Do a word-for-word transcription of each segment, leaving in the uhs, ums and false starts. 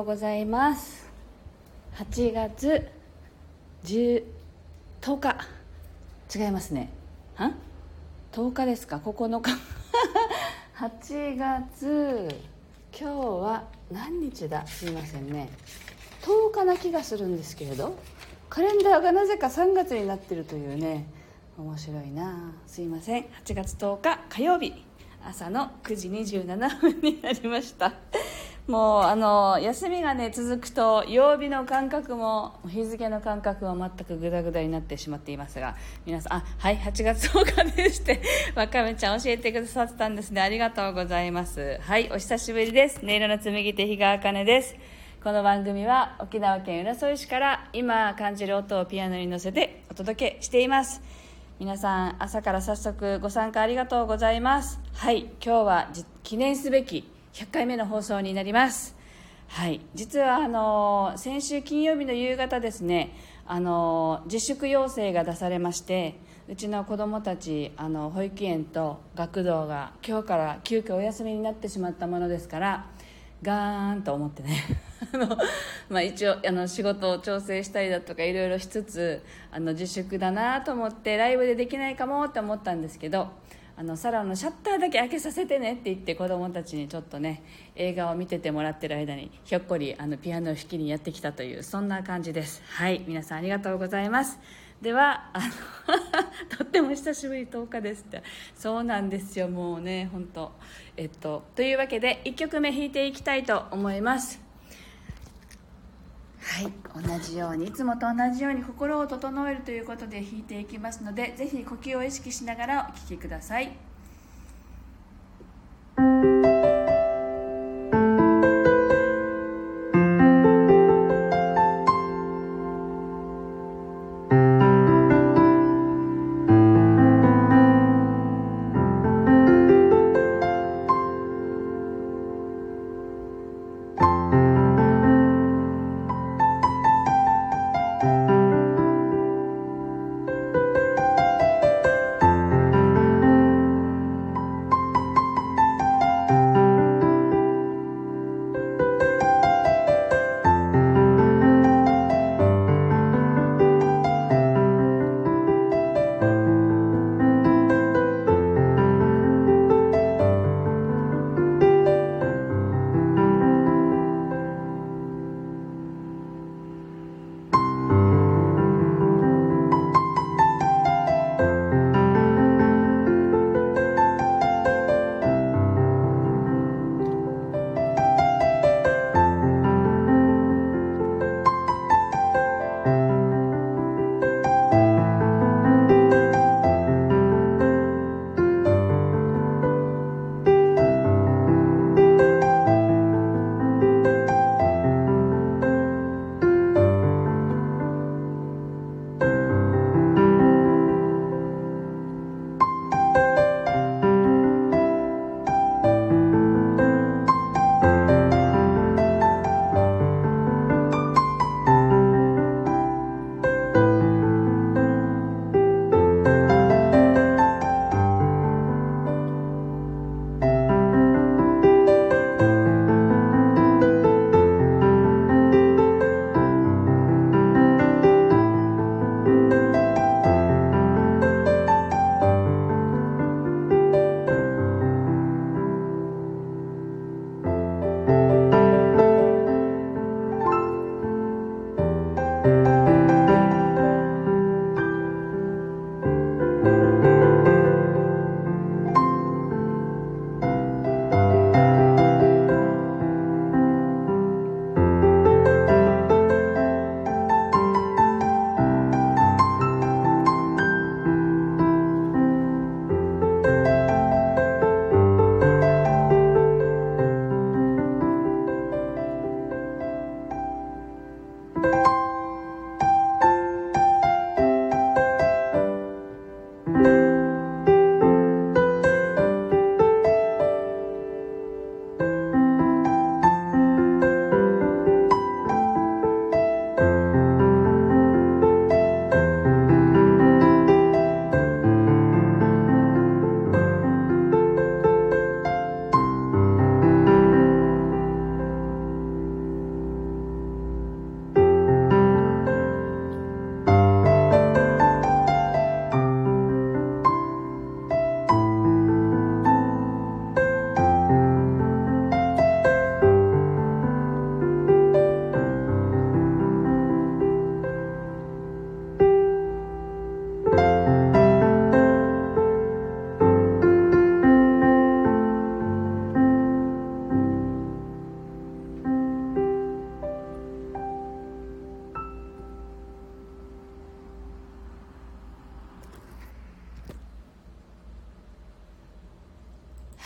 ございます。はちがつじゅう、とおか、違いますね。はとおかですか、ここのかはちがつ、今日は何日だ、すいませんね、とおかな気がするんですけれど、カレンダーがなぜかさんがつになってるというね、面白いな。すいません。はちがつとおか火曜日、朝のくじにじゅうななふんになりました。もうあの休みがね続くと曜日の感覚も日付の感覚は全くグダグダになってしまっていますが、皆さん、あ、はい、はちがつとおかですってわかめちゃん教えてくださってたんですね。ありがとうございます。はい、お久しぶりです。音色の紡ぎ手日川茜です。この番組は沖縄県浦添市から今感じる音をピアノに乗せてお届けしています。皆さん、朝から早速ご参加ありがとうございます。はい、今日は記念すべきひゃっかいめの放送になります。はい、実はあの先週金曜日の夕方ですね、あの自粛要請が出されまして、うちの子どもたち、あの保育園と学童が今日から急遽お休みになってしまったものですから、ガーンと思ってねあの、まあ、一応あの仕事を調整したりだとかいろいろしつつ、あの自粛だなと思ってライブでできないかもって思ったんですけど、あのサロンのシャッターだけ開けさせてねって言って子どもたちにちょっとね映画を見ててもらってる間にひょっこりあのピアノを弾きにやってきたという、そんな感じです。はい、皆さんありがとうございます。ではあのとっても久しぶりとおかですって。そうなんですよ、もうね本当えっとというわけでいっきょくめ弾いていきたいと思います。はい、同じようにいつもと同じように心を整えるということで弾いていきますので、ぜひ呼吸を意識しながらお聴きください。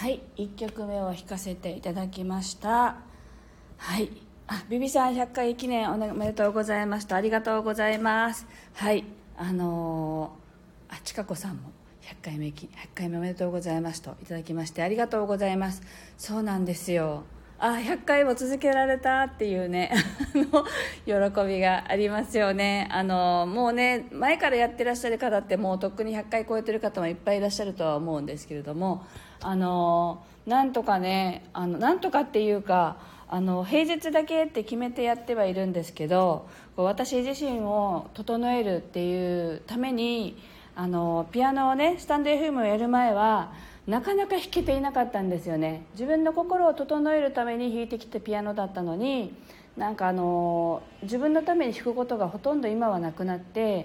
はい、いっきょくめを弾かせていただきました。はい、あ、ビビさんひゃっかい記念おめでとうございました。ありがとうございます。はい、あのー、あ、ちかこさんもひゃっかいめひゃっかいめおめでとうございますといただきましてありがとうございます。そうなんですよ。あ、ひゃっかいも続けられたっていうねあの喜びがありますよね。あのもうね、前からやってらっしゃる方ってもうとっくにひゃっかい超えてる方もいっぱいいらっしゃるとは思うんですけれども、あのなんとかね、あのなんとかっていうか、あの平日だけって決めてやってはいるんですけど、こう私自身を整えるっていうためにあのピアノをね、スタンド エフエム をやる前はなかなか弾けていなかったんですよね。自分の心を整えるために弾いてきたピアノだったのに、なんかあの自分のために弾くことがほとんど今はなくなって、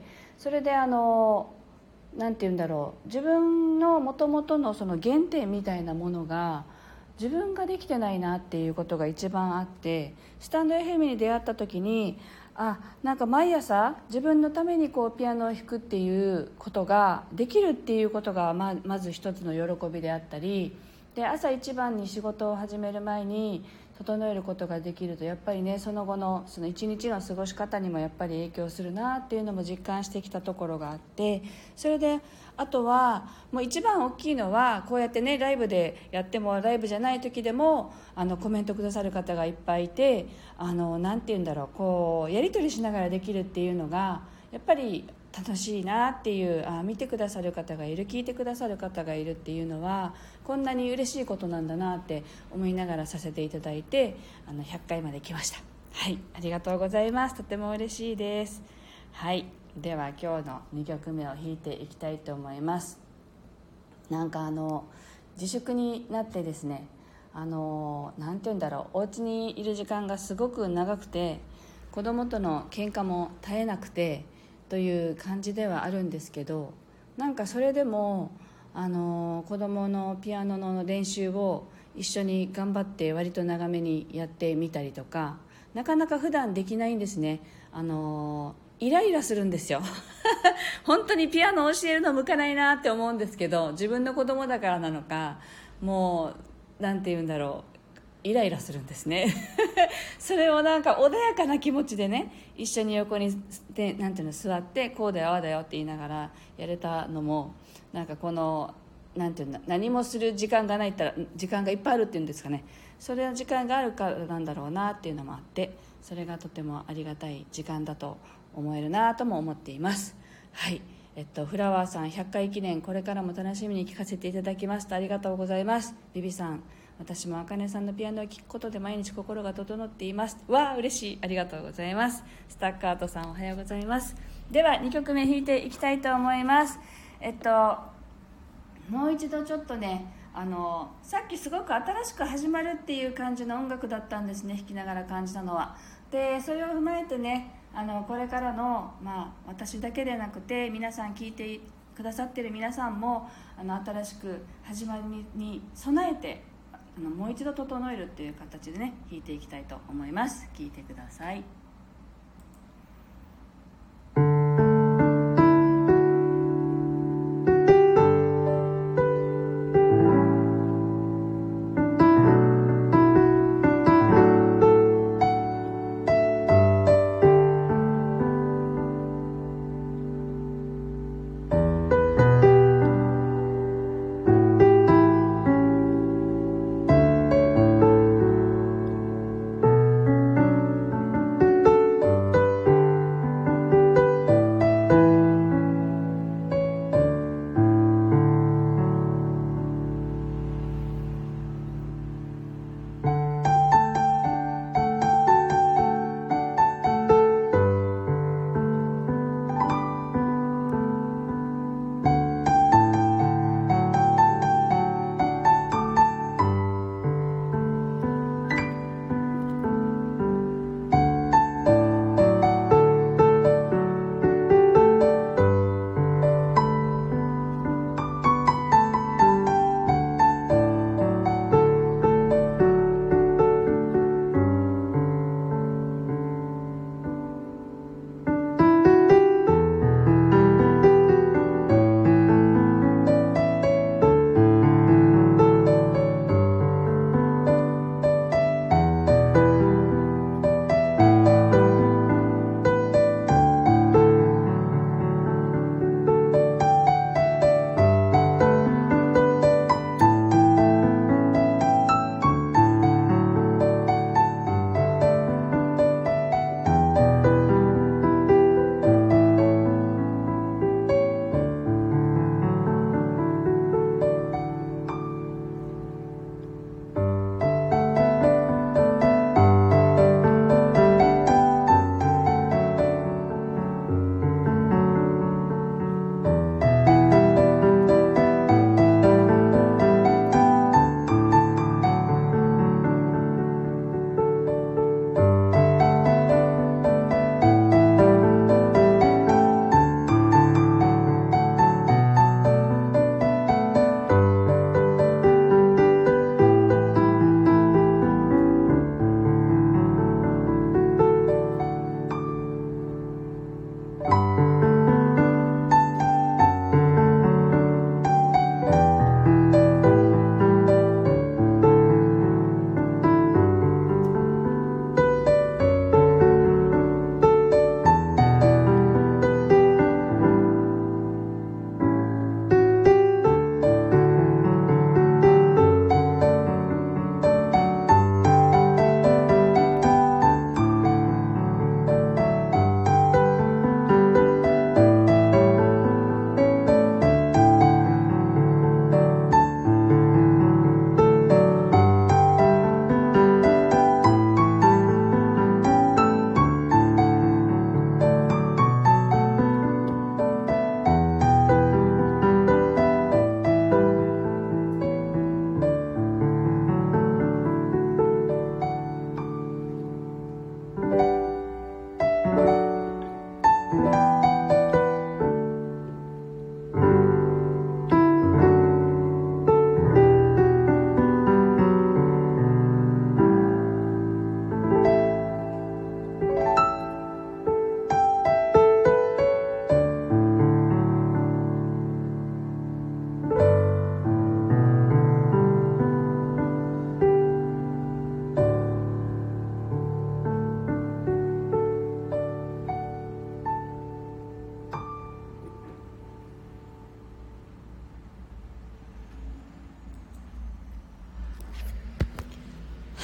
それであのなんて言うんだろう、自分の元々のその原点みたいなものが自分ができてないなっていうことが一番あって、スタンド エフエム に出会った時に、あ、なんか毎朝自分のためにこうピアノを弾くっていうことができるっていうことがままず一つの喜びであったりで、朝一番に仕事を始める前に整えることができると、やっぱりね、その後のその一日の過ごし方にもやっぱり影響するなっていうのも実感してきたところがあって、それであとはもう一番大きいのは、こうやってねライブでやってもライブじゃない時でもあのコメントくださる方がいっぱいいて、あのなんて言うんだろう、こうやり取りしながらできるっていうのがやっぱり楽しいなっていう、あ、見てくださる方がいる、聞いてくださる方がいるっていうのはこんなに嬉しいことなんだなって思いながらさせていただいて、あのひゃっかいまで来ました。はい、ありがとうございます。とても嬉しいです。はい、では今日のにきょくめを弾いていきたいと思います。なんかあの自粛になってですね、あのなんて言うんだろう、お家にいる時間がすごく長くて、子供との喧嘩も絶えなくてという感じではあるんですけど、なんかそれでもあの子供のピアノの練習を一緒に頑張って割と長めにやってみたりとか、なかなか普段できないんですね。あのイライラするんですよ本当にピアノを教えるの向かないなって思うんですけど、自分の子供だからなのか、もうなんて言うんだろう、イライラするんですねそれをなんか穏やかな気持ちでね、一緒に横にでなんていうの座って、こうだよああだよって言いながらやれたのも、なんかこのなんていうの、何もする時間がないったら時間がいっぱいあるっていうんですかね、それの時間があるからなんだろうなっていうのもあって、それがとてもありがたい時間だと思えるなとも思っています。はい、えっと、フラワーさんひゃっかい記念、これからも楽しみに聴かせていただきました。ありがとうございます。ビビさん、私もあかねさんのピアノを聴くことで毎日心が整っています。わあ嬉しい、ありがとうございます。スタッカートさんおはようございます。ではにきょくめ弾いていきたいと思います。えっともう一度ちょっとね、あのさっきすごく新しく始まるっていう感じの音楽だったんですね、弾きながら感じたのは。でそれを踏まえてね、あのこれからの、まあ、私だけでなくて皆さん聴いてくださってる皆さんも、あの新しく始まりに備えて、あのもう一度整えるっていう形でね弾いていきたいと思います。聴いてください。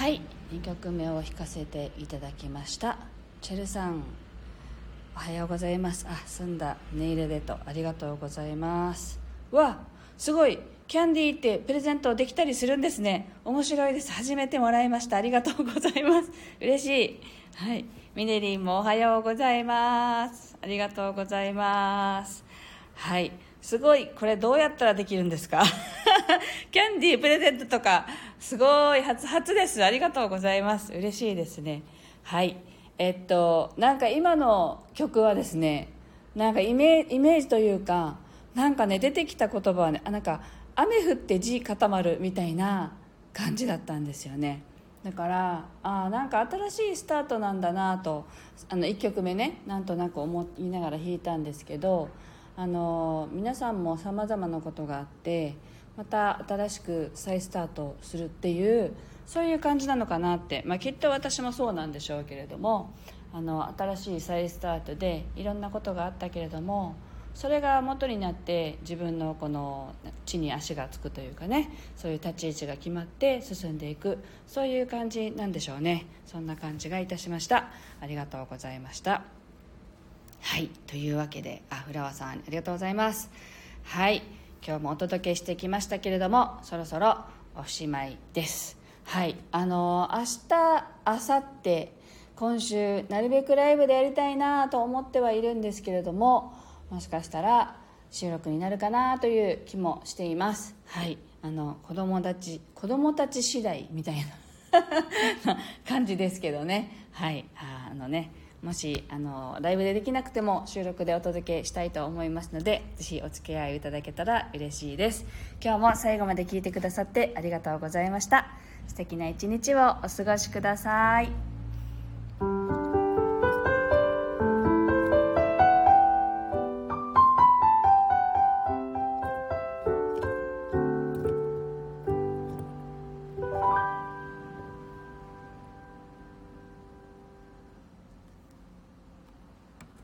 はい、にきょくめを弾かせていただきました。チェルさん、おはようございます。あ、澄んだネイルでと、ありがとうございます。わ、すごい、キャンディーってプレゼントできたりするんですね。面白いです。初めてもらいました。ありがとうございます。嬉しい。はい、ミネリンもおはようございます。ありがとうございます。はい、すごい。これどうやったらできるんですか？キャンディープレゼントとかすごい初初です。ありがとうございます。嬉しいですね。はい、えっとなんか今の曲はですね、なんかイメイメージというか、なんかね出てきた言葉はね、あ、なんか雨降って地固まるみたいな感じだったんですよね。だからあ、なんか新しいスタートなんだなと、あのいっきょくめね、なんとなく思いながら弾いたんですけど、あの皆さんもさまざまなことがあって、また新しく再スタートするっていう、そういう感じなのかなって、まあ、きっと私もそうなんでしょうけれども、あの新しい再スタートでいろんなことがあったけれども、それが元になって自分のこの地に足がつくというかね、そういう立ち位置が決まって進んでいく、そういう感じなんでしょうね。そんな感じがいたしました。ありがとうございました。はい、というわけで、あ、フラワーさんありがとうございます。はい、今日もお届けしてきましたけれども、そろそろおしまいです。はい、あの明日明後日今週なるべくライブでやりたいなと思ってはいるんですけれども、もしかしたら収録になるかなという気もしています。はい、あの子供たち子供たち次第みたいな感じですけどね。はい、ああのね、もしあのライブでできなくても収録でお届けしたいと思いますので、ぜひお付き合いいただけたら嬉しいです。今日も最後まで聞いてくださってありがとうございました。素敵な一日をお過ごしください。